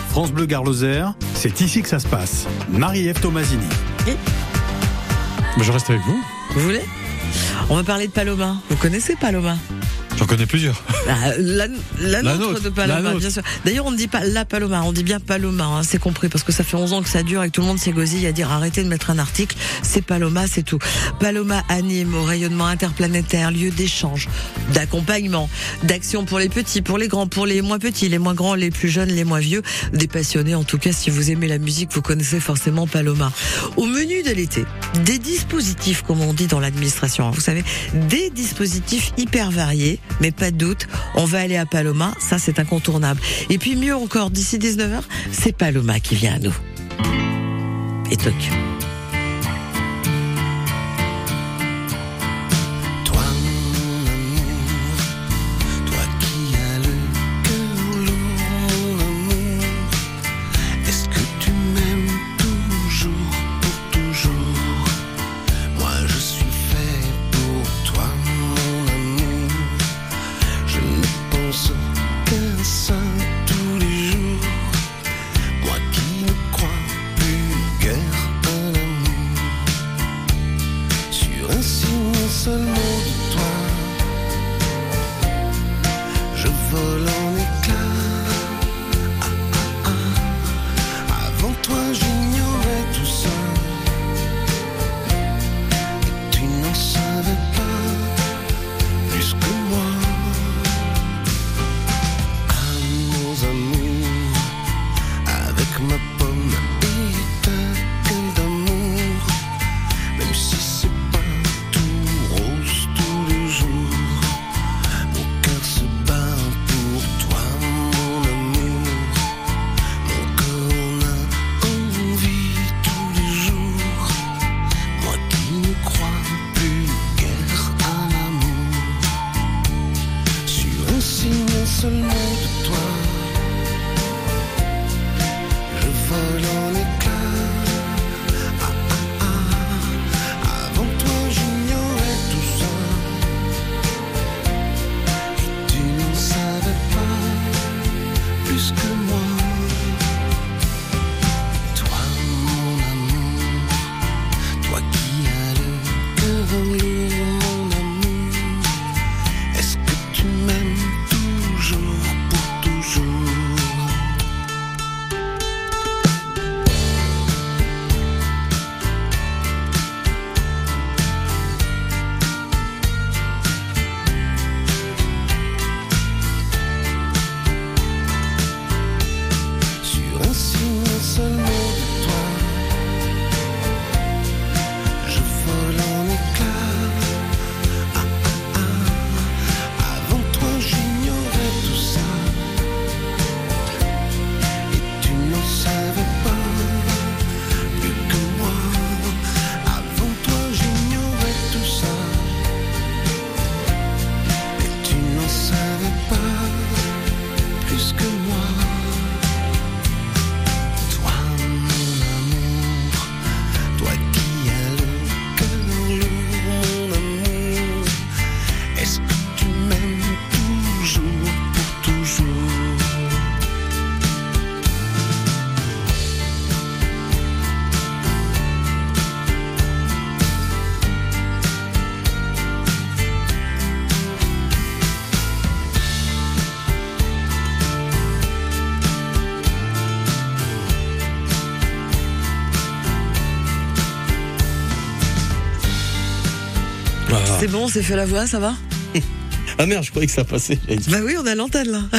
France Bleu Gare Lozère, c'est ici que ça se passe. Marie-Ève Tomasini. Je reste avec vous. Vous voulez ? On va parler de Paloma. Vous connaissez Paloma ? J'en connais plusieurs. La nôtre de Paloma, la nôtre. bien sûr. D'ailleurs, on ne dit pas la Paloma, on dit bien Paloma, hein, c'est compris, parce que ça fait 11 ans que ça dure et que tout le monde s'égosille à dire arrêtez de mettre un article, c'est Paloma, c'est tout. Paloma anime au rayonnement interplanétaire, lieu d'échange, d'accompagnement, d'action pour les petits, pour les grands, pour les moins petits, les moins grands, les plus jeunes, les moins vieux, des passionnés. En tout cas, si vous aimez la musique, vous connaissez forcément Paloma. Au menu de l'été, des dispositifs, comme on dit dans l'administration, hein, vous savez, des dispositifs hyper variés, mais pas de doute, on va aller à Paloma, ça c'est incontournable. Et puis mieux encore, d'ici 19h, c'est Paloma qui vient à nous. Et toc. Toi mon amour, toi qui as le cœur lourd, mon amour, est-ce que tu m'aimes toujours, pour toujours? Moi je suis fait pour toi mon amour, je ne pense qu'à ça tous les jours. Moi qui ne crois plus guère à l'amour, sur un signe seulement de toi, je vole en éclats. Avant toi j'ignorais tout ça, et tu n'en savais pas plus que moi. Amours, amours, avec ma pomme et ta gueule d'amour, même si c'est pas tout rose tous les jours, mon cœur se bat pour toi mon amour, mon corps en a envie tous les jours, moi qui ne crois plus guère à l'amour, sur un signe seulement de toi, je vole en éclats. Avant toi j'ignorais tout ça, et tu n'en savais pas plus que moi. Toi mon amour, toi qui as le cœur lourd, mon amour, est-ce que tu m'aimes toujours, pour toujours? Sur un signe seulement de toi, je vole en éclats. Avant toi j'ignorais tout ça, et tu n'en savais pas plus que moi. Avant toi j'ignorais tout ça, et tu n'en savais pas plus que moi. Toi mon amour, toi qui as le cœur lourd, mon amour, est-ce que tu m'aimes toujours, pour toujours? C'est bon, c'est fait la voix, ça va ? Ah merde, je croyais que ça passait. Bah oui, on a l'antenne là.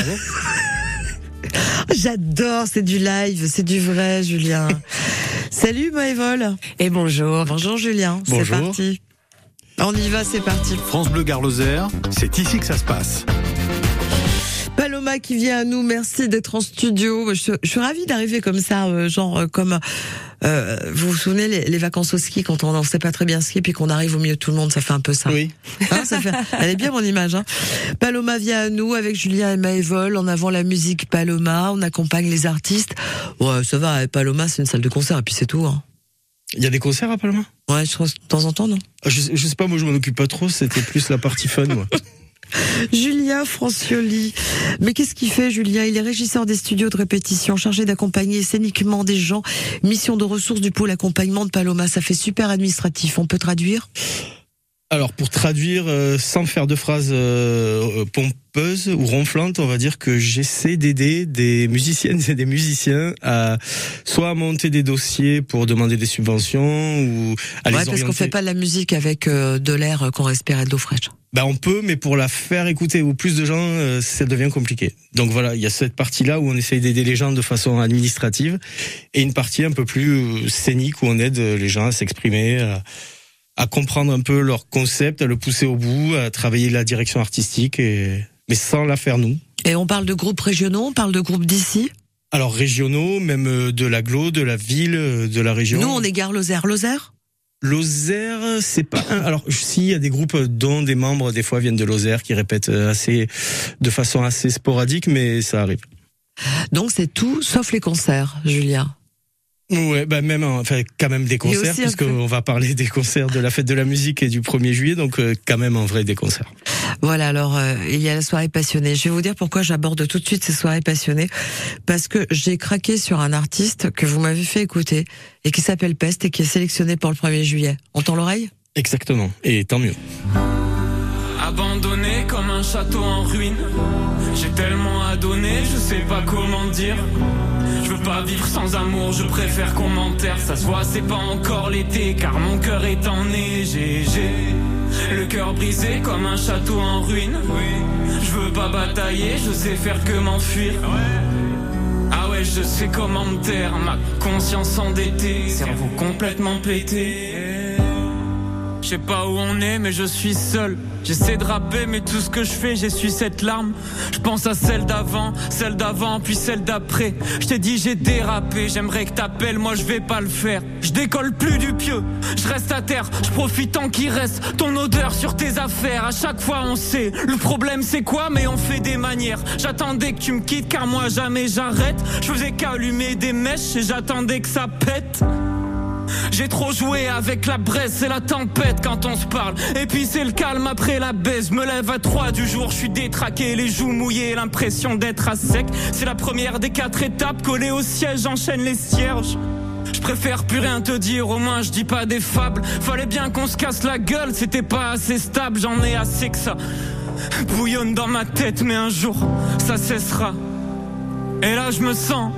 J'adore, c'est du live, c'est du vrai, Julien. Salut Maëvol. Et bonjour. Bonjour Julien, c'est Bonjour. parti. On y va, c'est parti. France Bleu Gare Lozère, c'est ici que ça se passe. Paloma qui vient à nous, merci d'être en studio. Je suis ravie d'arriver comme ça, comme vous vous souvenez les vacances au ski, quand on n'en sait pas très bien skier puis qu'on arrive au milieu de tout le monde, ça fait un peu ça. Oui. Hein, elle est bien mon image. Hein. Paloma vient à nous avec Julien et Maëvol. En avant la musique Paloma, on accompagne les artistes. Ouais, ça va. Paloma, c'est une salle de concert et puis c'est tout. Hein. Il y a des concerts à Paloma ? Ouais, je crois de temps en temps, non ? Je sais pas, moi je m'en occupe pas trop, c'était plus la partie fun, moi. Julien Francioli. Mais qu'est-ce qu'il fait, Julien? Il est régisseur des studios de répétition, chargé d'accompagner scéniquement des gens. Mission de ressources du pôle accompagnement de Paloma. Ça fait super administratif. On peut traduire? Alors, pour traduire, sans faire de phrases pompeuses ou ronflantes, on va dire que j'essaie d'aider des musiciennes et des musiciens à soit monter des dossiers pour demander des subventions ou à les orienter. Parce qu'on fait pas de la musique avec de l'air qu'on respire et de l'eau fraîche. On peut, mais pour la faire écouter au plus de gens, ça devient compliqué. Donc voilà, il y a cette partie-là où on essaye d'aider les gens de façon administrative et une partie un peu plus scénique où on aide les gens à s'exprimer, à comprendre un peu leur concept, à le pousser au bout, à travailler la direction artistique, mais sans la faire nous. Et on parle de groupes régionaux, on parle de groupes d'ici? Alors régionaux, même de l'agglo, de la ville, de la région. Nous, on est Gare Lozère. Lozère, c'est pas un. Alors, si, il y a des groupes dont des membres, des fois, viennent de Lozère, qui répètent de façon assez sporadique, mais ça arrive. Donc, c'est tout, sauf les concerts, Julien. Ouais, quand même des concerts, puisqu'on va parler des concerts de la fête de la musique et du 1er juillet, donc quand même en vrai des concerts. Voilà, alors il y a la soirée passionnée. Je vais vous dire pourquoi j'aborde tout de suite ces soirées passionnées, parce que j'ai craqué sur un artiste que vous m'avez fait écouter et qui s'appelle Peste et qui est sélectionné pour le 1er juillet. On tend l'oreille ? Exactement, et tant mieux. Abandonné comme un château en ruine, j'ai tellement à donner, je sais pas comment dire. Je veux pas vivre sans amour, je préfère qu'on m'enterre. Ça se voit, c'est pas encore l'été, car mon cœur est enneigé. J'ai le cœur brisé comme un château en ruine. Je veux pas batailler, je sais faire que m'enfuir. Ah ouais, je sais comment me taire, ma conscience endettée, cerveau complètement pété. Je sais pas où on est, mais je suis seul. J'essaie de rapper, mais tout ce que je fais, j'essuie cette larme. Je pense à celle d'avant, puis celle d'après. Je t'ai dit j'ai dérapé, j'aimerais que t'appelles, moi je vais pas le faire. Je décolle plus du pieu, je reste à terre. Je profite tant qu'il reste ton odeur sur tes affaires. À chaque fois on sait, le problème c'est quoi, mais on fait des manières. J'attendais que tu me quittes, car moi jamais j'arrête. Je faisais qu'allumer des mèches et j'attendais que ça pète. J'ai trop joué avec la braise, c'est la tempête quand on se parle. Et puis c'est le calme après la baise. Me lève à 3 du jour, je suis détraqué, les joues mouillées, l'impression d'être à sec. C'est la première des 4 étapes, collé au siège, j'enchaîne les cierges. Je préfère plus rien te dire, au moins je dis pas des fables. Fallait bien qu'on se casse la gueule, c'était pas assez stable. J'en ai assez que ça bouillonne dans ma tête, mais un jour ça cessera. Et là je me sens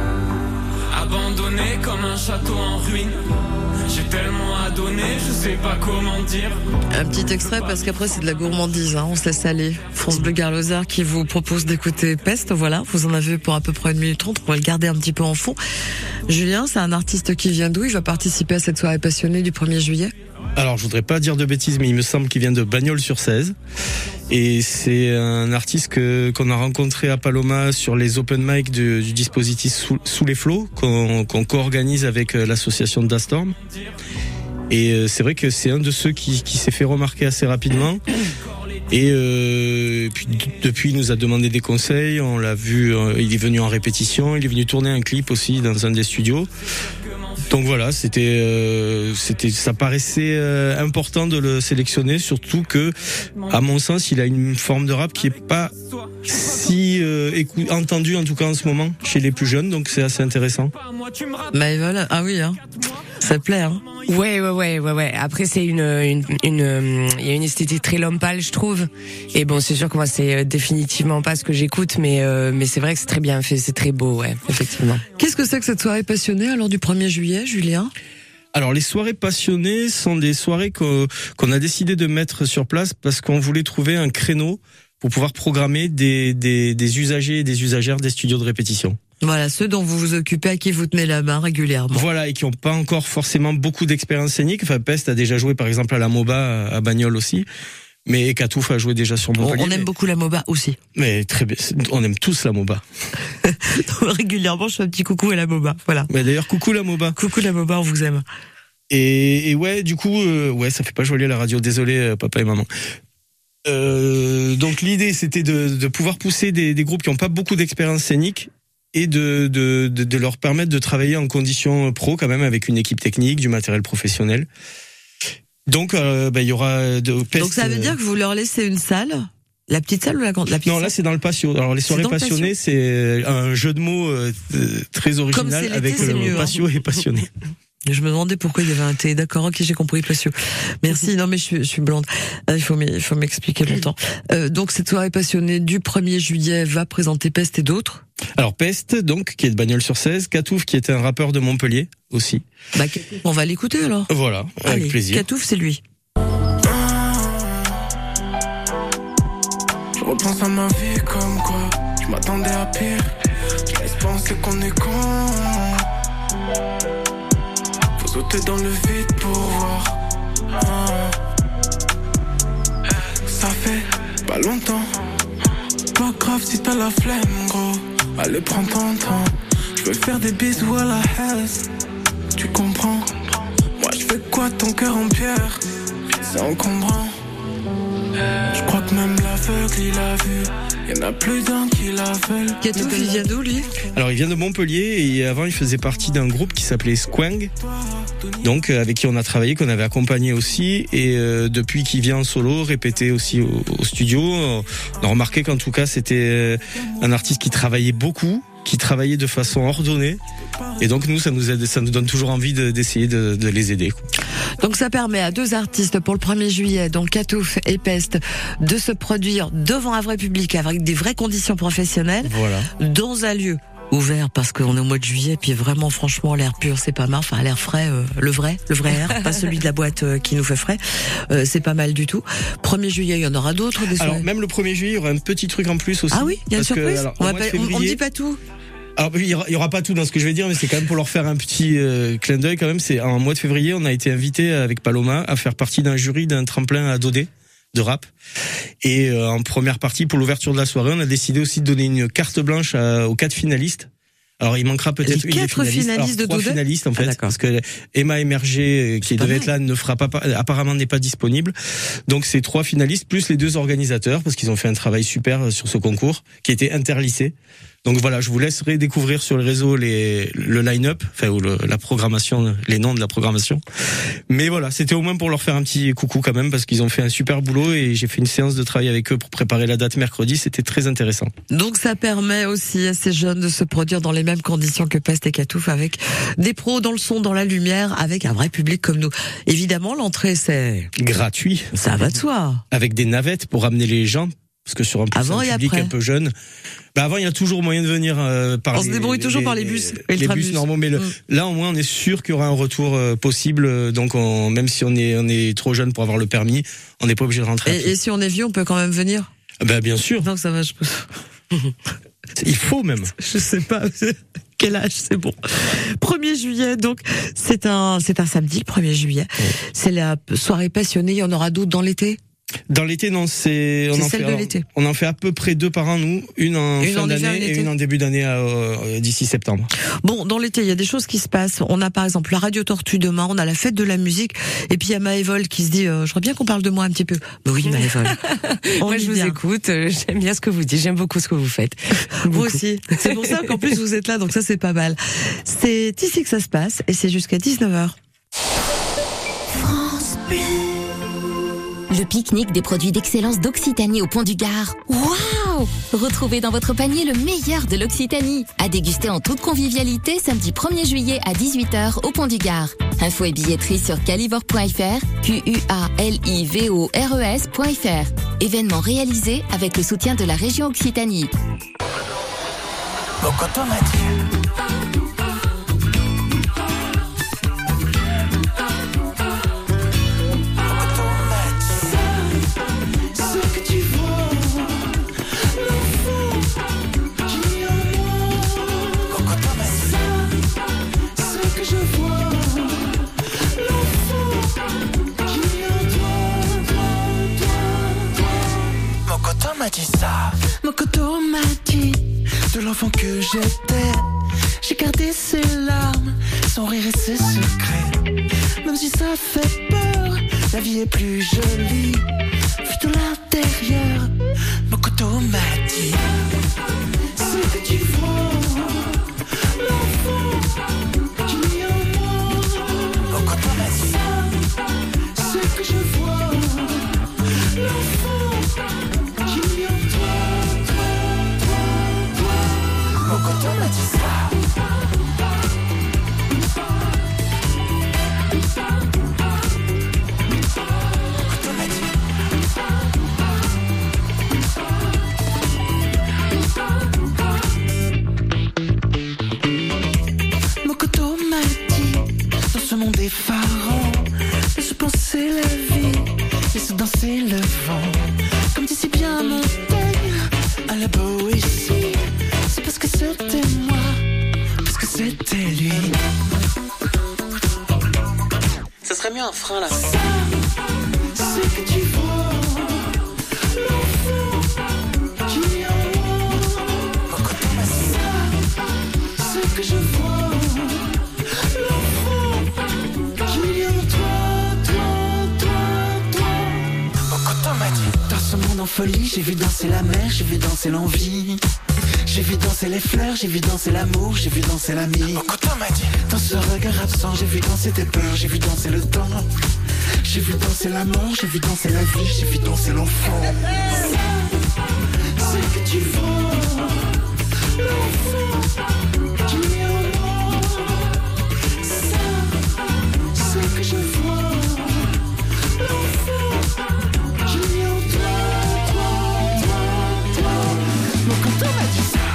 abandonné comme un château en ruine. J'ai tellement à donner, je sais pas comment dire. Un petit extrait parce qu'après c'est de la gourmandise, hein. On se laisse aller. France Bleu Gare Lozère qui vous propose d'écouter Peste, voilà. Vous en avez pour à peu près 1 minute 30, on va le garder un petit peu en fond. Julien, c'est un artiste qui vient d'où? Il va participer à cette soirée passionnée du 1er juillet. Alors, je voudrais pas dire de bêtises, mais il me semble qu'il vient de Bagnols-sur-Cèze. Et c'est un artiste qu'on a rencontré à Paloma sur les open mic du dispositif Sous les flots, qu'on co-organise avec l'association Dastorm. Et c'est vrai que c'est un de ceux qui s'est fait remarquer assez rapidement. Et puis depuis, il nous a demandé des conseils. On l'a vu, il est venu en répétition. Il est venu tourner un clip aussi dans un des studios. Donc voilà, ça paraissait important de le sélectionner, surtout que, à mon sens, il a une forme de rap qui est pas si entendue en tout cas en ce moment chez les plus jeunes, donc c'est assez intéressant. Mais voilà, ah oui, hein. Ça plaît, hein. Ouais. Après, c'est il y a une esthétique très l'homme pâle, je trouve. Et bon, c'est sûr que moi, c'est définitivement pas ce que j'écoute, mais c'est vrai que c'est très bien fait, c'est très beau, ouais, effectivement. Qu'est-ce que c'est que cette soirée passionnée, alors, du 1er juillet, Julien? Alors, les soirées passionnées sont des soirées qu'on a décidé de mettre sur place parce qu'on voulait trouver un créneau pour pouvoir programmer des usagers et des usagères des studios de répétition. Voilà, ceux dont vous vous occupez, à qui vous tenez la main régulièrement. Voilà, et qui n'ont pas encore forcément beaucoup d'expérience scénique. Enfin, Peste a déjà joué, par exemple, à la MOBA à Bagnols aussi. Mais Katouf a joué déjà sur Montpellier. On aime beaucoup la MOBA aussi. Mais très bien, on aime tous la MOBA. Régulièrement, je fais un petit coucou à la MOBA, voilà. Mais d'ailleurs, coucou la MOBA. Coucou la MOBA, on vous aime. Et ouais, du coup, ça fait pas joli à la radio. Désolé, papa et maman. Donc l'idée, c'était de pouvoir pousser des groupes qui n'ont pas beaucoup d'expérience scénique et de leur permettre de travailler en conditions pro quand même avec une équipe technique, du matériel professionnel. Donc il y aura Donc ça veut dire que vous leur laissez une salle La petite salle ou la grande? La petite Non, salle. là c'est dans le patio. Alors les soirées dans le passionnées, c'est un jeu de mots très original l'été, avec c'est mieux, patio et passionné. Je me demandais pourquoi il y avait un thé. D'accord, ok, j'ai compris, patio. Merci. Non, mais je suis blonde. Il faut m'expliquer longtemps. Donc, cette soirée passionnée du 1er juillet va présenter Peste et d'autres. Alors Peste, donc, qui est de Bagnols-sur-Cèze, Katouf, qui était un rappeur de Montpellier aussi. Bah, on va l'écouter alors. Voilà, avec Allez, plaisir. Katouf, c'est lui. Je repense à ma vie comme quoi je m'attendais à pire. Je laisse penser qu'on est con. Faut sauter dans le vide pour voir. Ça fait pas longtemps. Pas grave si t'as la flemme, gros. Allez, prends ton temps. Je veux faire des bisous à la Hesse. Tu comprends? Moi je fais quoi ton cœur en pierre? C'est encombrant. Je crois que même l'aveugle il a vu. Y'en a plus d'un qui la veulent. Katouf, il vient d'où, lui? Alors il vient de Montpellier et avant il faisait partie d'un groupe qui s'appelait Squang, donc avec qui on a travaillé, qu'on avait accompagné aussi, et depuis qu'il vient en solo, répéter aussi au studio, on a remarqué qu'en tout cas c'était un artiste qui travaillait beaucoup, qui travaillait de façon ordonnée, et donc nous ça nous aide, ça nous donne toujours envie d'essayer de les aider, quoi. Donc ça permet à deux artistes pour le 1er juillet, donc Katouf et Peste, de se produire devant un vrai public avec des vraies conditions professionnelles, Voilà. dans un lieu ouvert, parce qu'on est au mois de juillet, puis vraiment franchement l'air pur c'est pas mal, enfin l'air frais, le vrai air, pas celui de la boîte qui nous fait frais, c'est pas mal du tout. 1er juillet, il y en aura d'autres des soirées. Alors même le 1er juillet il y aura un petit truc en plus aussi. Ah oui, il y a une parce que, surprise. alors, On au va mois de pas- on février- dit pas tout. Alors, il y aura pas tout dans ce que je vais dire, mais c'est quand même pour leur faire un petit clin d'œil quand même. C'est en mois de février, on a été invité avec Paloma à faire partie d'un jury d'un tremplin à Dodé de rap. Et en première partie, pour l'ouverture de la soirée, on a décidé aussi de donner une carte blanche aux 4 finalistes. Alors il manquera peut-être Les une des 4 finalistes de 3 Dodé finalistes en Ah, fait, d'accord. parce que Emma Emerger qui pas devait mal. être là ne fera pas, apparemment n'est pas disponible. Donc c'est 3 finalistes plus les 2 organisateurs parce qu'ils ont fait un travail super sur ce concours qui était interlycée. Donc voilà, je vous laisserai découvrir sur le réseau le line-up, enfin ou la programmation, les noms de la programmation. Mais voilà, c'était au moins pour leur faire un petit coucou quand même parce qu'ils ont fait un super boulot et j'ai fait une séance de travail avec eux pour préparer la date mercredi. C'était très intéressant. Donc ça permet aussi à ces jeunes de se produire dans les mêmes conditions que Peste et Katouf, avec des pros dans le son, dans la lumière, avec un vrai public comme nous. Évidemment, l'entrée c'est Gratuit, ça va de soi. avec des navettes pour amener les gens. Parce que sur un Avant et public après. un peu jeune, avant il y a toujours moyen de venir par On se débrouille toujours par les bus et le les trambus. bus normaux, mais là au moins on est sûr qu'il y aura un retour possible. Donc même si on est trop jeune pour avoir le permis, on n'est pas obligé de rentrer. à pied. Et si on est vieux, on peut quand même venir. Bien sûr, Donc ça va, il faut même. je sais pas quel âge, c'est bon. 1er juillet, donc c'est un samedi, le 1er juillet. C'est la soirée passionnée. Il y en aura d'autres dans l'été. Dans l'été, non, C'est celle de l'été. On en fait à peu près 2 par an, nous. Une en Une fin en hiver, d'année une et été. une en début d'année d'ici septembre. Bon, dans l'été, il y a des choses qui se passent. On a par exemple la Radio Tortue demain, on a la fête de la musique, et puis il y a Maëvol qui se dit, je voudrais bien qu'on parle de moi un petit peu. Mais oui, Maëvol. Moi, je vous bien. écoute. J'aime bien ce que vous dites. J'aime beaucoup ce que vous faites. Vous Beaucoup. aussi. C'est pour ça qu'en plus vous êtes là, donc ça c'est pas mal. C'est ici que ça se passe, et c'est jusqu'à 19h. Le pique-nique des produits d'excellence d'Occitanie au Pont du Gard. Waouh! Retrouvez dans votre panier le meilleur de l'Occitanie. À déguster en toute convivialité samedi 1er juillet à 18h au Pont du Gard. Info et billetterie sur calivore.fr, QUALIVORES.fr. Événement réalisé avec le soutien de la région Occitanie. Ce que tu vois, l'enfant qui est en moi. Ce que je vois, l'enfant qui est en toi. Mokoto m'a dit ça. Mokoto m'a dit de l'enfant que j'étais. J'ai gardé ses larmes, son rire et ses secrets. Même si ça fait peur, la vie est plus jolie vue de l'intérieur. Mokoto m'a dit ce que tu vois, l'enfant qui est en moi. Mokoto m'a dit ce que je vois, l'enfant qui est serait mieux un frein là. C'est que tu vois l'enfant qui est en moi. C'est que je vois l'enfant qui est en toi. Cocoton m'a dit. Dans ce monde en folie, j'ai vu danser la mer, j'ai vu danser l'envie. J'ai vu danser les fleurs, j'ai vu danser l'amour, j'ai vu danser l'ami. Cocoton m'a dit. Dans ce regard absent, j'ai vu danser tes peurs, j'ai vu danser le temps. J'ai vu danser l'amour, j'ai vu danser la vie, j'ai vu danser l'enfant. C'est que tu vois l'enfant qui est en moi. C'est que je vois l'enfant qui est en toi. Mon coton m'a dit ça.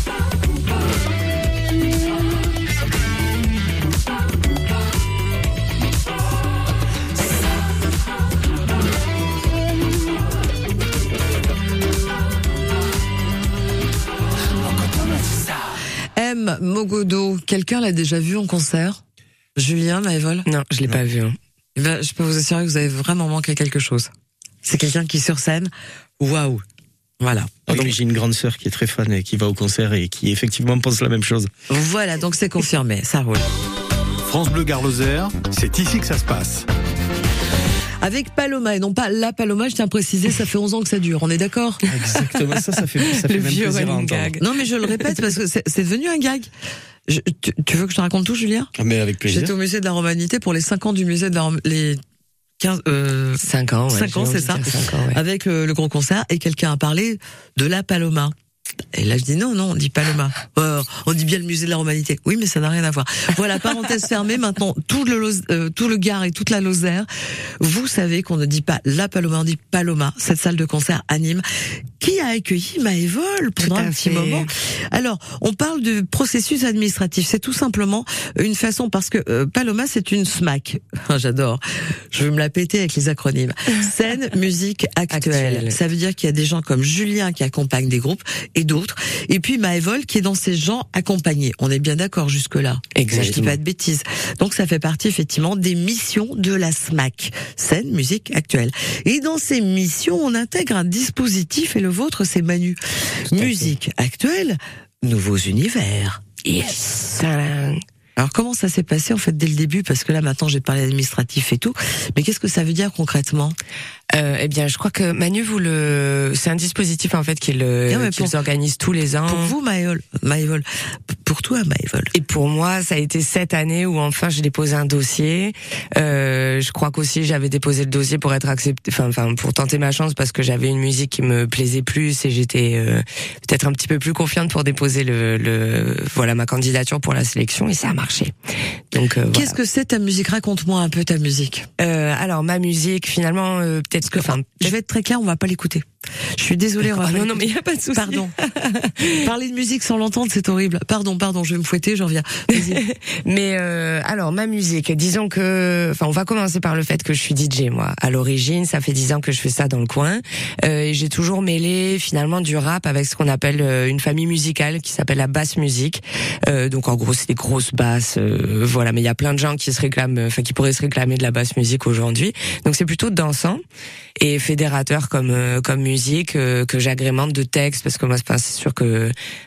M. Mogodo, quelqu'un l'a déjà vu en concert? Julien, Maëvol? Non, je l'ai pas vu. Hein. Eh ben, je peux vous assurer que vous avez vraiment manqué quelque chose. C'est quelqu'un qui sur scène, waouh, voilà. Ah oui, j'ai une grande sœur qui est très fan et qui va au concert et qui effectivement pense la même chose. Voilà, donc c'est confirmé, ça roule. France Bleu Gare Lozère, c'est ici que ça se passe. Avec Paloma, et non pas la Paloma, je tiens à préciser, ça fait 11 ans que ça dure, on est d'accord? Exactement, ça fait Le même vieux plaisir à running entendre. gag. Non mais je le répète parce que c'est devenu un gag. Tu veux que je te raconte tout, Julien? Ah, mais avec plaisir. J'étais au musée de la Romanité pour les 5 ans du musée de les 15, 5 ans, ouais. 5 ans, c'est ça. 5 ans, ouais. Avec le gros concert, et quelqu'un a parlé de la Paloma. Et là, je dis non, on dit Paloma. On dit bien le musée de la Romanité. Oui, mais ça n'a rien à voir. Voilà, parenthèse fermée. Maintenant, tout le Gard et toute la Lozère, vous savez qu'on ne dit pas la Paloma, on dit Paloma. Cette salle de concert à Nîmes, qui a accueilli Maëvol pendant un petit moment. Alors, on parle du processus administratif. C'est tout simplement une façon, parce que Paloma, c'est une SMAC. J'adore. Je veux me la péter avec les acronymes. Scène, musique, actuelle. Ça veut dire qu'il y a des gens comme Julien qui accompagnent des groupes et d'autres. Et puis Maëvol qui est dans ces gens accompagnés. On est bien d'accord jusque-là. Exactement. Je dis pas de bêtises. Donc ça fait partie effectivement des missions de la SMAC. Scène, musique, actuelle. Et dans ces missions, on intègre un dispositif et le vôtre, c'est Manu. Musique actuelle, nouveaux univers. Yes. Alors comment ça s'est passé en fait dès le début, parce que là maintenant j'ai parlé administratif et tout, mais qu'est-ce que ça veut dire concrètement? Eh bien, je crois que Manu, c'est un dispositif en fait qu'ils organisent tous les ans. Pour vous, Maëvol, pour toi, Maëvol. Et pour moi, ça a été cette année où enfin j'ai déposé un dossier. Je crois qu'aussi j'avais déposé le dossier pour être accepté, enfin pour tenter ma chance parce que j'avais une musique qui me plaisait plus et j'étais peut-être un petit peu plus confiante pour déposer voilà ma candidature pour la sélection et ça a marché. Donc qu'est-ce que c'est ta musique? Raconte-moi un peu ta musique. Alors ma musique, finalement, peut-être que, je vais être très clair, on va pas l'écouter. Je suis désolée. Non, mais il y a pas de souci. Pardon. Parler de musique sans l'entendre, c'est horrible. Pardon, je vais me fouetter, j'en reviens. Vas-y. Mais alors ma musique, disons que, on va commencer par le fait que je suis DJ moi. À l'origine, ça fait 10 ans que je fais ça dans le coin. Et j'ai toujours mêlé finalement du rap avec ce qu'on appelle une famille musicale qui s'appelle la basse musique. Donc en gros, c'est des grosses basses, voilà. Mais il y a plein de gens qui qui pourraient se réclamer de la basse musique aujourd'hui. Donc c'est plutôt dansant et fédérateur comme musique que j'agrémente de texte, parce que moi c'est sûr que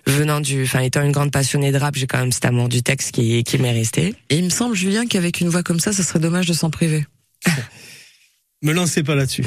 étant une grande passionnée de rap, j'ai quand même cet amour du texte qui m'est resté. Et il me semble, Julien, qu'avec une voix comme ça serait dommage de s'en priver. Me lancez pas là-dessus.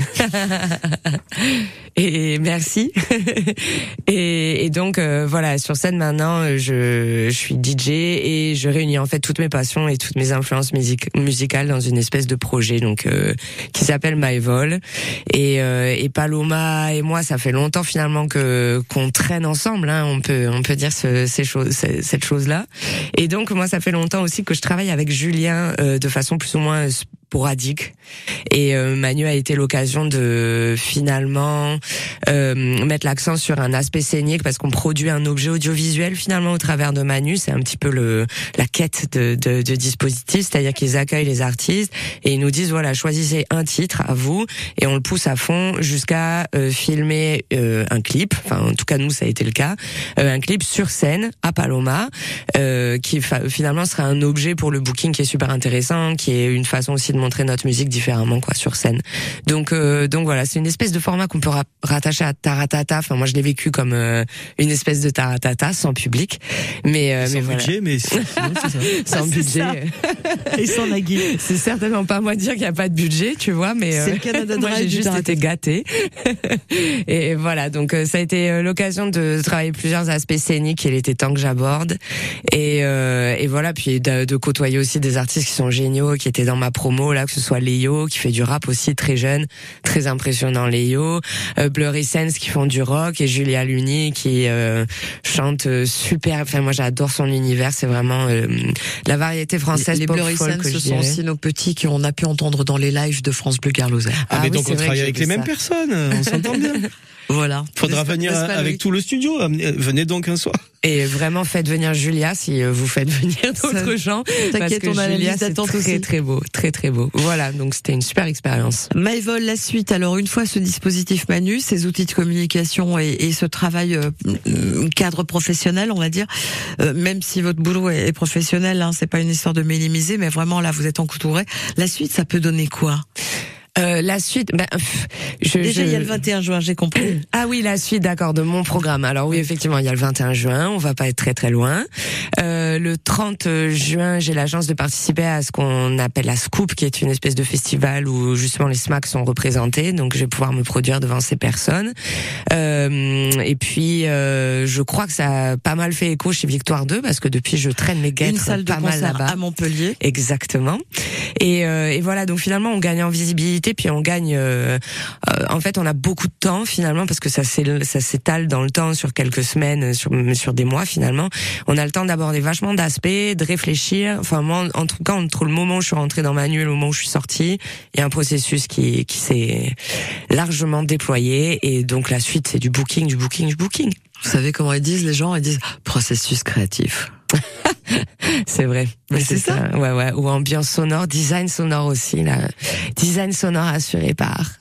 Et merci. et donc voilà, sur scène maintenant, je suis DJ et je réunis en fait toutes mes passions et toutes mes influences musicales dans une espèce de projet qui s'appelle Maëvol. Et Paloma et moi, ça fait longtemps finalement qu'on traîne ensemble, hein, on peut dire cette chose-là. Et donc moi, ça fait longtemps aussi que je travaille avec Julien de façon plus ou moins sporadique. Et Manu a été l'occasion de finalement mettre l'accent sur un aspect scénique, parce qu'on produit un objet audiovisuel finalement au travers de Manu. C'est un petit peu la quête de dispositif, c'est-à-dire qu'ils accueillent les artistes et ils nous disent voilà, choisissez un titre à vous, et on le pousse à fond jusqu'à filmer un clip. Enfin, en tout cas nous ça a été le cas, un clip sur scène à Paloma, qui finalement sera un objet pour le booking qui est super intéressant, qui est une façon aussi de montrer notre musique différemment, quoi, sur scène. Donc voilà, c'est une espèce de format qu'on peut rattacher à Taratata. Enfin, moi, je l'ai vécu comme une espèce de Taratata sans public, mais voilà. Budget, mais sinon, c'est ça. Sans budget. Et sans Nagui. C'est certainement pas moi dire qu'il n'y a pas de budget, tu vois, mais c'est le Canada moi Drive j'ai juste été gâtée. Et voilà, donc ça a été l'occasion de travailler plusieurs aspects scéniques. Il était temps que j'aborde. Et voilà, puis de côtoyer aussi des artistes qui sont géniaux, qui étaient dans ma promo là, que ce soit Léo qui fait du rap aussi très jeune, très impressionnant Léo, Blurry Sense qui font du rock et Julia Luni qui chante super. Enfin moi j'adore son univers, c'est vraiment la variété française. Les pop Blurry folk, Sense, ce sont aussi nos petits qu'on a pu entendre dans les lives de France Bleu Gare Lozère. Ah, mais oui, donc on travaille avec les mêmes personnes, on s'entend bien. Voilà. Faudra venir avec tout le studio. Venez donc un soir. Et vraiment, faites venir Julia si vous faites venir d'autres gens. T'inquiète, on a la liste d'attente aussi. Très beau, très très beau. Voilà, donc c'était une super expérience. Maëvol, la suite. Alors une fois ce dispositif Manu, ces outils de communication et ce travail cadre professionnel, on va dire, même si votre boulot est professionnel, hein, c'est pas une histoire de minimiser, mais vraiment là vous êtes encoutouré. La suite, ça peut donner quoi? La suite, déjà il y a le 21 juin, j'ai compris. Ah oui, la suite, d'accord, de mon programme. Alors oui, effectivement, il y a le 21 juin, on va pas être très très loin. Le 30 juin, j'ai la chance de participer à ce qu'on appelle la Scoop, qui est une espèce de festival où justement les SMAC sont représentés, donc je vais pouvoir me produire devant ces personnes. Et puis, je crois que ça a pas mal fait écho chez Victoire 2, parce que depuis je traîne mes guêtres une salle de pas mal concert là-bas. À Montpellier. Exactement. Et voilà, donc finalement on gagne en visibilité, puis on gagne en fait on a beaucoup de temps finalement, parce que ça s'étale dans le temps sur quelques semaines, sur des mois finalement. On a le temps d'aborder vachement d'aspects, de réfléchir. Enfin moi en tout cas entre le moment où je suis rentrée dans Manu et le moment où je suis sortie, il y a un processus qui s'est largement déployé, et donc la suite c'est du booking. Vous savez comment ils disent les gens? Ils disent processus créatif. C'est vrai. Mais c'est ça. Ouais. Ou ambiance sonore, design sonore aussi, là. Design sonore assuré par.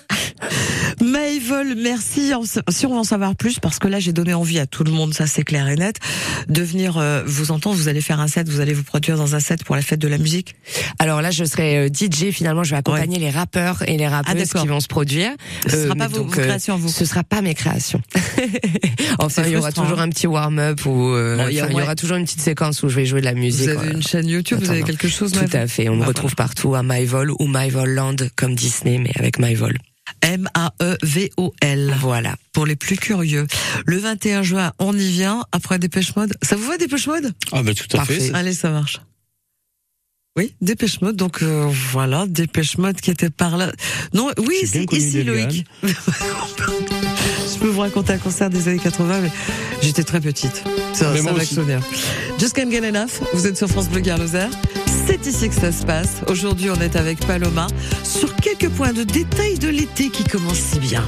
Maëvol, merci. Si on veut en savoir plus, parce que là j'ai donné envie à tout le monde, ça c'est clair et net, de venir vous entendre. Vous allez faire un set, vous allez vous produire dans un set pour la fête de la musique. Alors là je serai DJ, finalement je vais accompagner les rappeurs et les rappeuses qui vont se produire. Ce sera pas vos créations, vous. Ce sera pas mes créations. Enfin il y aura toujours un petit warm-up ou il y aura toujours une petite séquence où je vais jouer de la musique. Vous avez une chaîne YouTube, vous avez quelque chose? Tout à fait, on me retrouve partout à Maëvol ou Maëvol Land comme Disney, mais avec Maëvol. Maëvol. Voilà. Pour les plus curieux. Le 21 juin, on y vient, après Dépêche Mode. Ça vous va, Dépêche Mode? Ah, bah, tout à fait. Allez, ça marche. Oui, Dépêche Mode, donc voilà, Dépêche Mode qui était par là. Non, oui, c'est ici, Loïc. Je peux vous raconter un concert des années 80, mais j'étais très petite. Ça va sonner. Just Can't Get Enough, vous êtes sur France Bleu Gare Lozère. C'est ici que ça se passe. Aujourd'hui, on est avec Paloma sur quelques points de détail de l'été qui commence si bien.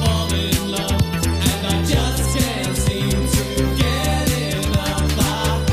And I just can't seem to get enough.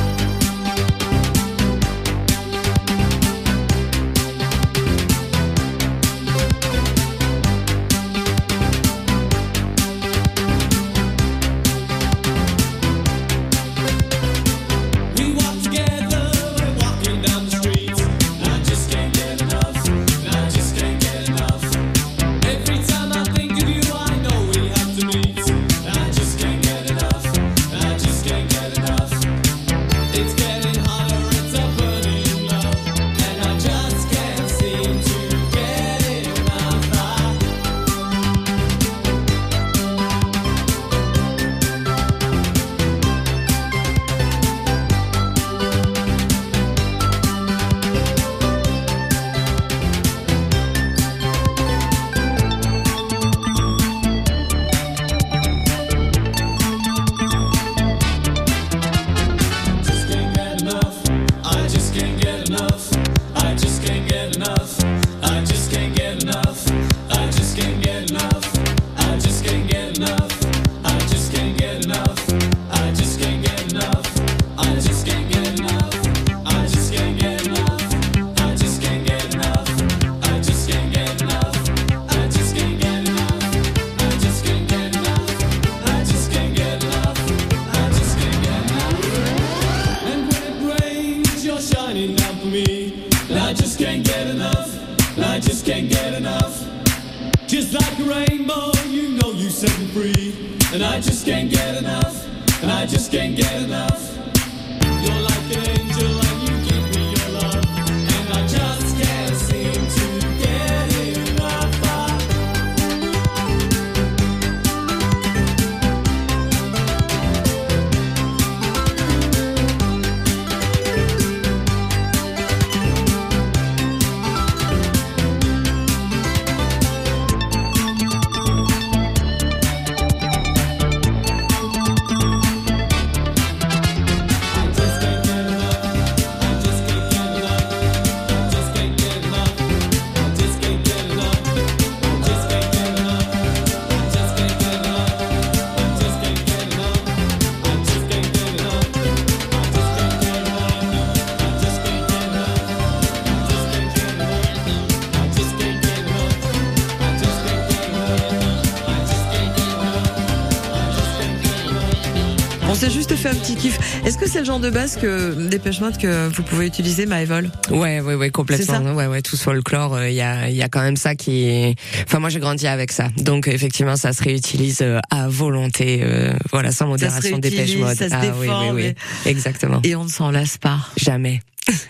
I just can't get enough. Just like a rainbow, you know you set me free. And I just can't get enough. And I just can't get enough. You're like an angel and you give me your love. And I just can't seem to get enough. On s'est juste fait un petit kiff. Est-ce que c'est le genre de base que Dépêche Mode que vous pouvez utiliser, Maëvol? Ouais, complètement. Ouais, tout ce folklore, il y a quand même ça qui est. Enfin, moi, j'ai grandi avec ça, donc effectivement, ça se réutilise à volonté. Voilà, sans modération. Dépêche Mode. Ça se défend, oui, exactement. Et on ne s'en lasse pas. Jamais.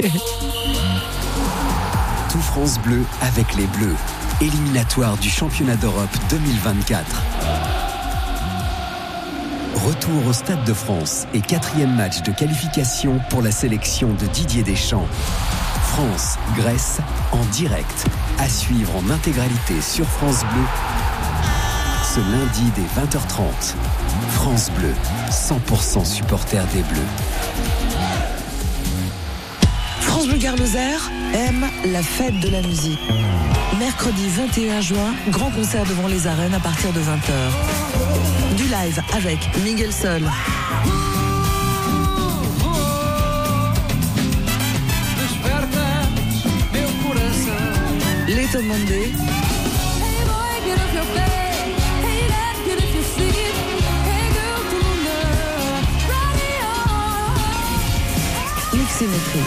Tout France Bleu avec les Bleus. Éliminatoire du championnat d'Europe 2024. Retour au Stade de France et 4e match de qualification pour la sélection de Didier Deschamps. France-Grèce en direct, à suivre en intégralité sur France Bleu ce lundi dès 20h30. France Bleu, 100% supporter des Bleus. France Bleu Gare Lozère aime la fête de la musique. Mercredi 21 juin, grand concert devant les arènes à partir de 20h. Du live avec Miguel Sol. Layton Mondé. Luximétrie.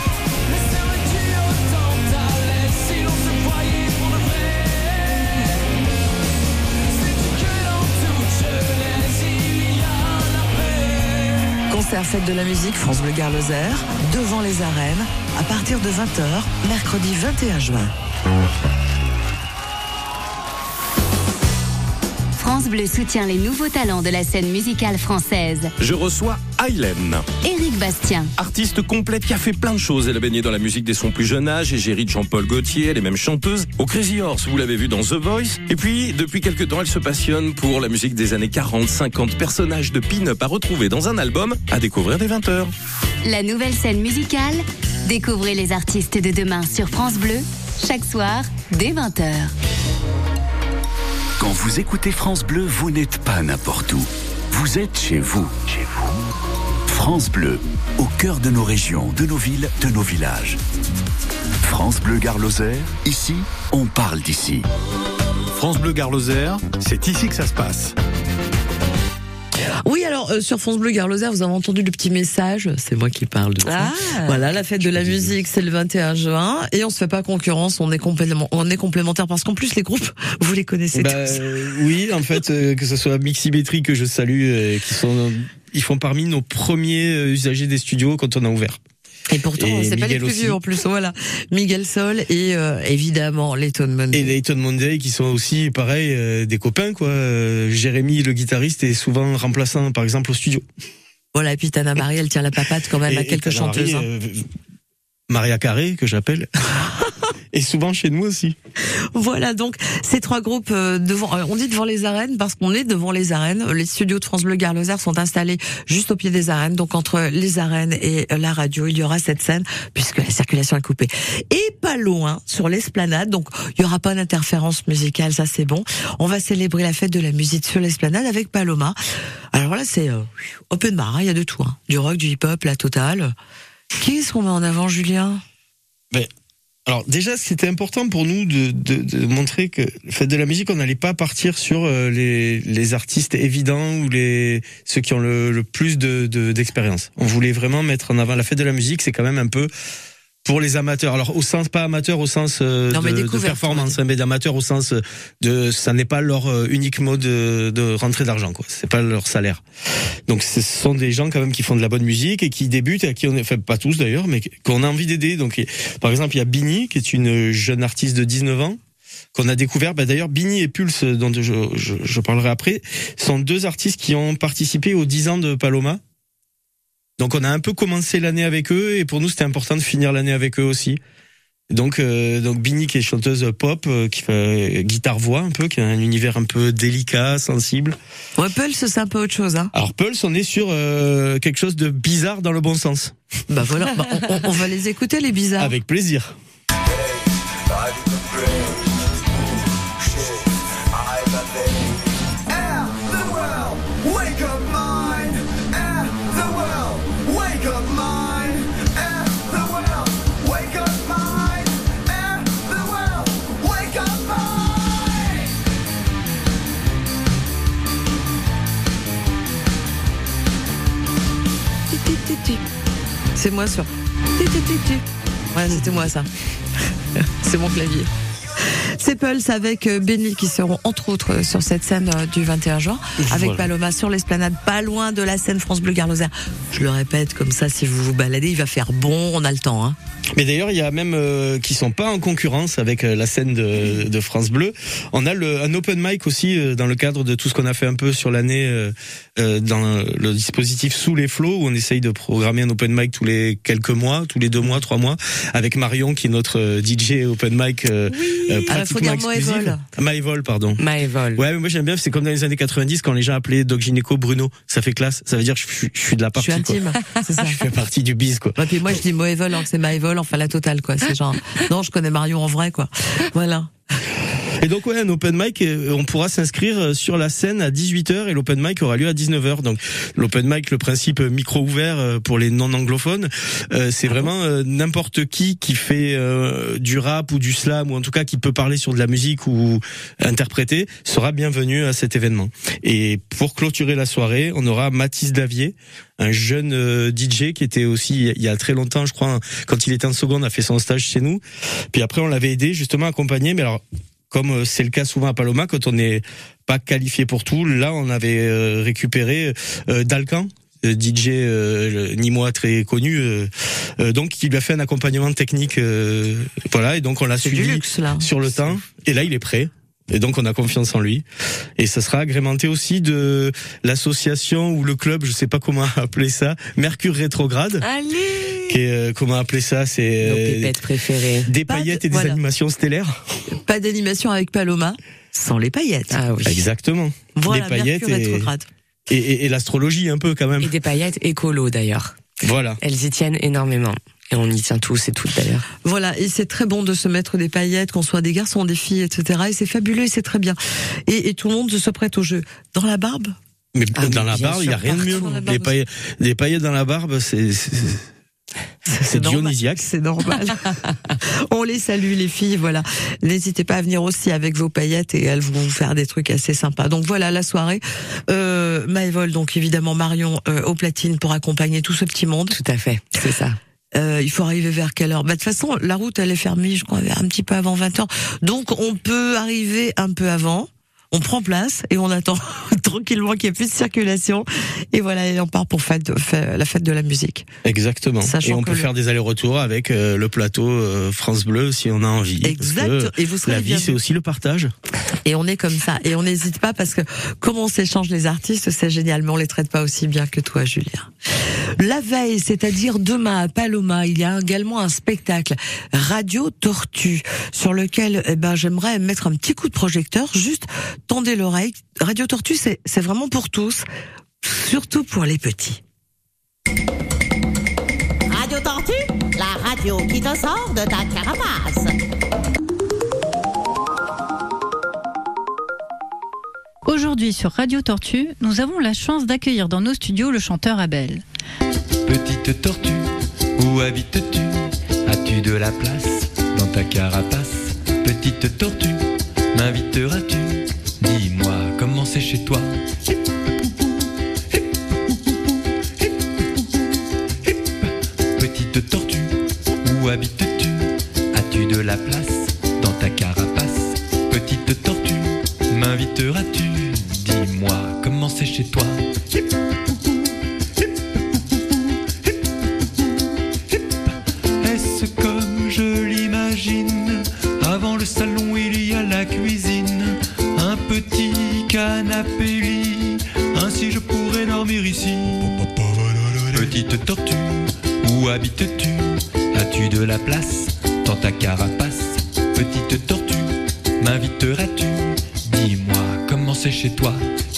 Concert Fête de la musique France Bleu Gare Lozère devant les arènes à partir de 20h, mercredi 21 juin. France Bleu soutient les nouveaux talents de la scène musicale française. Je reçois Aylène. Éric Bastien. Artiste complète qui a fait plein de choses. Elle a baigné dans la musique dès son plus jeune âge, égérie de Jean-Paul Gaultier, elle est même chanteuse. Au Crazy Horse, vous l'avez vu dans The Voice. Et puis, depuis quelques temps, elle se passionne pour la musique des années 40, 50, personnages de pin-up à retrouver dans un album, à découvrir dès 20h. La nouvelle scène musicale, découvrez les artistes de demain sur France Bleu, chaque soir, dès 20h. Quand vous écoutez France Bleu, vous n'êtes pas n'importe où. Vous êtes chez vous. France Bleu, au cœur de nos régions, de nos villes, de nos villages. France Bleu Gare Lozère, ici, on parle d'ici. France Bleu Gare Lozère, c'est ici que ça se passe. Oui, alors sur France Bleu Gare Lozère, vous avez entendu le petit message. C'est moi qui parle de ça. Voilà, la fête de la musique, c'est le 21 juin, et on se fait pas concurrence. On est complémentaires parce qu'en plus les groupes, vous les connaissez tous. Oui, en fait, que ce soit Miximétrie que je salue, ils font parmi nos premiers usagers des studios quand on a ouvert. Et pourtant, c'est pas les plus vieux en plus. Voilà, Miguel Sol et évidemment Layton Mondé. Et Layton Mondé qui sont aussi pareil des copains quoi. Jérémy le guitariste est souvent remplaçant par exemple au studio. Voilà, et puis Tana Marie, elle tient la papate quand même à quelques chanteuses. Maria Carré que j'appelle. Et souvent chez nous aussi. Voilà, donc ces trois groupes on dit devant les arènes parce qu'on est devant les arènes. Les studios de France Bleu Gare Lozère sont installés juste au pied des arènes. Donc entre les arènes et la radio, il y aura cette scène puisque la circulation est coupée. Et pas loin, sur l'esplanade, donc il y aura pas d'interférence musicale, ça c'est bon. On va célébrer la fête de la musique sur l'esplanade avec Paloma. Alors là, c'est open bar, il y a de tout, hein. Du rock, du hip-hop, la totale. Qui est-ce qu'on met en avant, Julien? Alors déjà, c'était important pour nous de montrer que Fête de la musique, on n'allait pas partir sur les artistes évidents ou ceux qui ont le plus d'expérience. On voulait vraiment mettre en avant la Fête de la musique. C'est quand même un peu Pour les amateurs, alors au sens pas amateur au sens de performance, mais d'amateur au sens de ça n'est pas leur unique mode de rentrée d'argent, quoi. C'est pas leur salaire. Donc ce sont des gens quand même qui font de la bonne musique et qui débutent, et à qui on est, enfin pas tous d'ailleurs, mais qu'on a envie d'aider. Donc par exemple il y a Bini qui est une jeune artiste de 19 ans qu'on a découvert. D'ailleurs Bini et Pulse, dont je parlerai après, sont deux artistes qui ont participé aux 10 ans de Paloma. Donc on a un peu commencé l'année avec eux, et pour nous c'était important de finir l'année avec eux aussi. Donc Bini qui est chanteuse pop, qui fait guitare-voix un peu, qui a un univers un peu délicat, sensible. Ouais, Pulse c'est un peu autre chose, hein. Alors Pulse, on est sur quelque chose de bizarre dans le bon sens. Bah voilà, on va les écouter les bizarres. Avec plaisir. C'est moi sur. Ouais, c'était moi ça. C'est mon clavier. C'est Pulse avec Benny qui seront entre autres sur cette scène du 21 juin avec Paloma sur l'esplanade, pas loin de la scène France Bleu Gare Lozère. Je le répète comme ça, si vous vous baladez, il va faire bon, on a le temps, hein. Mais d'ailleurs, il y a même qui sont pas en concurrence avec la scène de France Bleu. On a un open mic aussi dans le cadre de tout ce qu'on a fait un peu sur l'année dans le dispositif Sous les flots, où on essaye de programmer un open mic tous les quelques mois, tous les 2 mois, 3 mois, avec Marion qui est notre DJ open mic pratiquement exclusive. Maëvol, pardon. Maëvol. Ouais, mais moi j'aime bien, c'est comme dans les années 90 quand les gens appelaient Doc Gynéco Bruno. Ça fait classe. Ça veut dire que je suis de la partie. Je suis intime. C'est ça. Je fais partie du biz, quoi. Et puis moi je dis Maëvol alors que c'est Maëvol, enfin la totale, quoi. C'est genre, non, je connais Marion en vrai, quoi. Voilà. Et donc un open mic, on pourra s'inscrire sur la scène à 18h et l'open mic aura lieu à 19h. Donc l'open mic, le principe micro ouvert pour les non anglophones, c'est vraiment n'importe qui fait du rap ou du slam, ou en tout cas qui peut parler sur de la musique ou interpréter, sera bienvenu à cet événement. Et pour clôturer la soirée, on aura Mathis Davier, un jeune DJ qui était aussi il y a très longtemps, je crois, quand il était en seconde, a fait son stage chez nous. Puis après on l'avait aidé justement à accompagner, mais alors comme c'est le cas souvent à Paloma, quand on n'est pas qualifié pour tout, là on avait récupéré Dalcan, DJ nîmois très connu, donc il lui a fait un accompagnement technique, voilà, et donc on l'a suivi luxe, là. Sur le temps, et là il est prêt. Et donc on a confiance en lui, et ça sera agrémenté aussi de l'association ou le club, je sais pas comment appeler ça, Mercure Rétrograde. Allez, qui est, comment appeler ça, c'est nos pépettes préférées. Des paillettes et des animations stellaires. Pas d'animation avec Paloma sans les paillettes. Ah oui. Exactement. Voilà, des paillettes Mercure Rétrograde. Et l'astrologie un peu quand même. Et des paillettes écolo d'ailleurs. Voilà. Elles y tiennent énormément. Et on y tient tous et toutes d'ailleurs. Voilà, et c'est très bon de se mettre des paillettes, qu'on soit des garçons, des filles, etc. Et c'est fabuleux, et c'est très bien. Et tout le monde se prête au jeu. Dans la barbe? Mais dans la barbe, il n'y a rien de mieux. Les paillettes dans la barbe, c'est dionysiaque. C'est normal. On les salue, les filles, voilà. N'hésitez pas à venir aussi avec vos paillettes, et elles vont vous faire des trucs assez sympas. Donc voilà la soirée. Maëvol, donc évidemment Marion au platine pour accompagner tout ce petit monde. Tout à fait, c'est ça. Il faut arriver vers quelle heure? Bah, de toute façon, la route, elle est fermée, je crois, un petit peu avant 20h. Donc, on peut arriver un peu avant. On prend place et on attend tranquillement qu'il y ait plus de circulation. Et voilà, et on part pour la fête de la musique. Exactement. Sachant et on peut faire des allers-retours avec le plateau France Bleu si on a envie. Exact. Et vous serez la vie, c'est aussi le partage. Et on est comme ça. Et on n'hésite pas, parce que comme on s'échange les artistes, c'est génial. Mais on les traite pas aussi bien que toi, Julien. La veille, c'est-à-dire demain à Paloma, il y a également un spectacle Radio Tortue, sur lequel j'aimerais mettre un petit coup de projecteur. Juste tendez l'oreille. Radio Tortue, c'est vraiment pour tous, surtout pour les petits. Radio Tortue, la radio qui te sort de ta carapace. Aujourd'hui sur Radio Tortue, nous avons la chance d'accueillir dans nos studios le chanteur Abel. Petite tortue, où habites-tu? As-tu de la place dans ta carapace? Petite tortue, m'inviteras-tu? Dis-moi comment c'est chez toi. Petite tortue, où habites-tu? As-tu de la place dans ta carapace? Petite tortue, m'inviteras-tu? Dis-moi comment c'est chez toi. Est-ce comme je l'imagine? Avant le salon il y a la cuisine, un petit canapé lit, ainsi je pourrais dormir ici. Petite tortue, où habites-tu? As-tu de la place dans ta carapace? Petite tortue, m'inviteras-tu? Dis-moi comment c'est chez toi.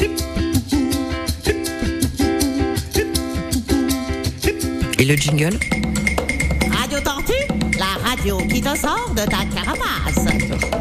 Et le jingle? Radio Tortue, la radio qui te sort de ta carapace.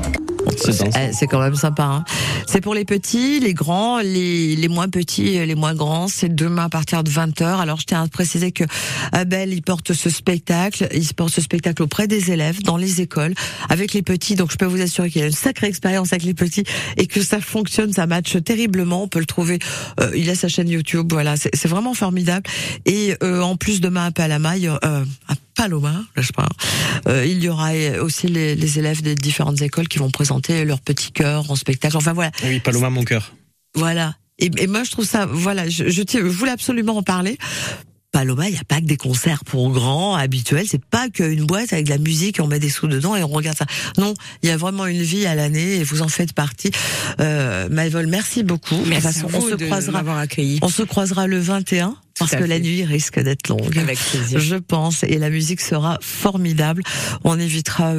C'est quand même sympa, hein. C'est pour les petits, les grands, les moins petits, les moins grands. C'est demain à partir de 20h. Alors, je tiens à préciser que Abel, il porte ce spectacle auprès des élèves, dans les écoles, avec les petits. Donc, je peux vous assurer qu'il y a une sacrée expérience avec les petits et que ça fonctionne, ça matche terriblement. On peut le trouver, il a sa chaîne YouTube, voilà. C'est vraiment formidable. Et, en plus, demain à Paloma, Paloma, là je parle. Il y aura aussi les élèves des différentes écoles qui vont présenter leur petit chœur en spectacle. Enfin voilà. Oui, Paloma, mon cœur. Voilà. Et moi je trouve ça, voilà, je voulais absolument en parler. Paloma, il n'y a pas que des concerts pour grands habituels, c'est pas qu'une boîte avec de la musique, on met des sous dedans et on regarde ça. Non, il y a vraiment une vie à l'année et vous en faites partie. Maëvol, merci beaucoup. Merci à vous de m'avoir accueilli. On se croisera le 21. Parce que la nuit risque d'être longue. Avec plaisir. Je pense. Et la musique sera formidable. On évitera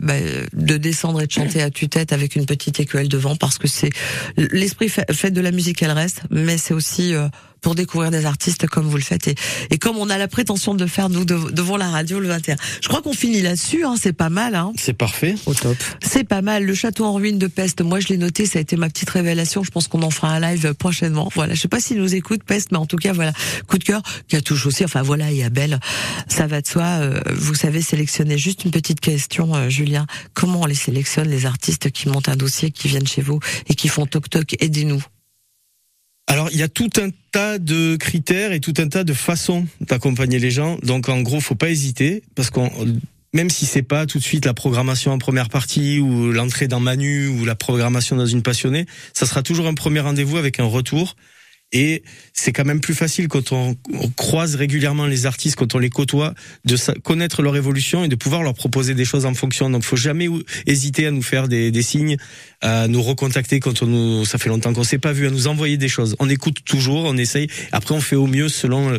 de descendre et de chanter à tue-tête avec une petite écuelle devant parce que c'est l'esprit fait de la musique, elle reste. Mais c'est aussi pour découvrir des artistes comme vous le faites et comme on a la prétention de le faire nous devant la radio le 21. Je crois qu'on finit là-dessus, hein, c'est pas mal. Hein. C'est parfait. Au top. C'est pas mal. Le château en ruine de Pest, moi je l'ai noté, ça a été ma petite révélation. Je pense qu'on en fera un live prochainement. Voilà, je sais pas s'il nous écoute Pest, mais en tout cas voilà, coup de cœur qui a touché aussi. Enfin voilà, et Abel, ça va de soi. Vous savez sélectionner. Juste une petite question, Julien. Comment on les sélectionne les artistes qui montent un dossier, qui viennent chez vous et qui font toc toc, aidez-nous? Alors, il y a tout un tas de critères et tout un tas de façons d'accompagner les gens. Donc, en gros, faut pas hésiter, parce qu'on, même si c'est pas tout de suite la programmation en première partie ou l'entrée dans Manu ou la programmation dans une passionnée, ça sera toujours un premier rendez-vous avec un retour. Et c'est quand même plus facile quand on croise régulièrement les artistes, quand on les côtoie, de connaître leur évolution et de pouvoir leur proposer des choses en fonction. Donc, faut jamais hésiter à nous faire des signes, à nous recontacter quand ça fait longtemps qu'on s'est pas vu, à nous envoyer des choses. On écoute toujours, on essaye. Après, on fait au mieux selon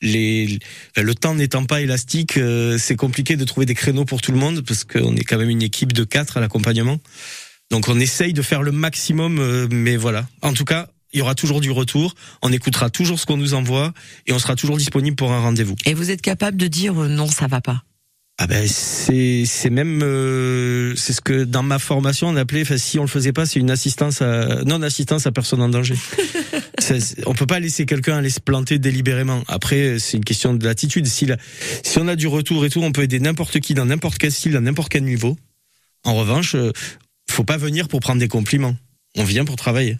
le temps n'étant pas élastique. C'est compliqué de trouver des créneaux pour tout le monde parce qu'on est quand même une équipe de 4 à l'accompagnement. Donc, on essaye de faire le maximum, mais voilà. En tout cas, il y aura toujours du retour, on écoutera toujours ce qu'on nous envoie et on sera toujours disponible pour un rendez-vous. Et vous êtes capable de dire non, ça va pas? Ah ben c'est même c'est ce que dans ma formation on appelait, enfin si on le faisait pas, c'est une non-assistance à personne en danger. On peut pas laisser quelqu'un aller se planter délibérément. Après c'est une question d'attitude. Si on a du retour et tout, on peut aider n'importe qui dans n'importe quel style, dans n'importe quel niveau. En revanche, faut pas venir pour prendre des compliments. On vient pour travailler.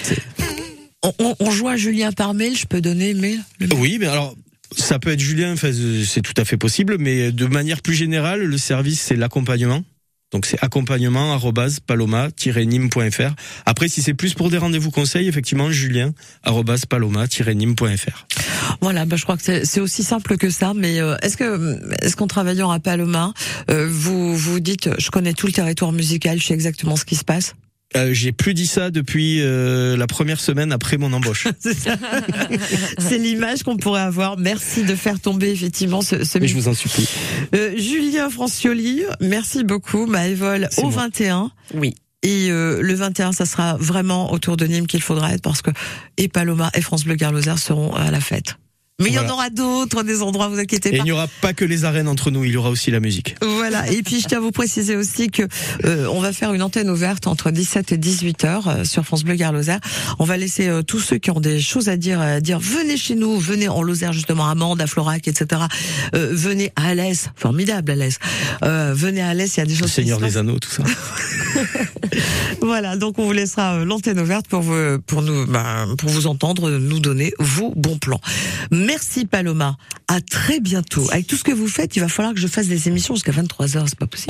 On joint Julien par mail, je peux donner mail? Oui, mais alors ça peut être Julien, enfin, c'est tout à fait possible, mais de manière plus générale, le service c'est l'accompagnement. Donc c'est accompagnement@paloma-nîmes.fr. Après, si c'est plus pour des rendez-vous conseils, effectivement, julien@paloma-nîmes.fr. Voilà, je crois que c'est aussi simple que ça. Mais est-ce qu'en travaillant à Paloma, vous dites, je connais tout le territoire musical, je sais exactement ce qui se passe? J'ai plus dit ça depuis la première semaine après mon embauche. C'est l'image qu'on pourrait avoir. Merci de faire tomber effectivement ce Mais je vous en supplie. Julien Francioli, merci beaucoup. Maëvol au 21. Oui. Et le 21, ça sera vraiment autour de Nîmes qu'il faudra être parce que et Paloma et France Bleu Gare Lozère seront à la fête. Mais il y en aura d'autres, des endroits, vous inquiétez pas. Et il n'y aura pas que les arènes entre nous, il y aura aussi la musique. Voilà. Et puis, je tiens à vous préciser aussi que on va faire une antenne ouverte entre 17 et 18 heures sur France Bleu Gare Lozère. On va laisser tous ceux qui ont des choses à dire, venez chez nous, venez en Lozère, justement, à Mende, à Florac, etc. Venez à Alès, formidable Alès. Venez à Alès, il y a des choses. Le Seigneur des Anneaux, tout ça. Voilà. Donc, on vous laissera l'antenne ouverte pour vous entendre, nous donner vos bons plans. Merci Paloma. À très bientôt. Avec tout ce que vous faites, il va falloir que je fasse des émissions jusqu'à 23h, c'est pas possible.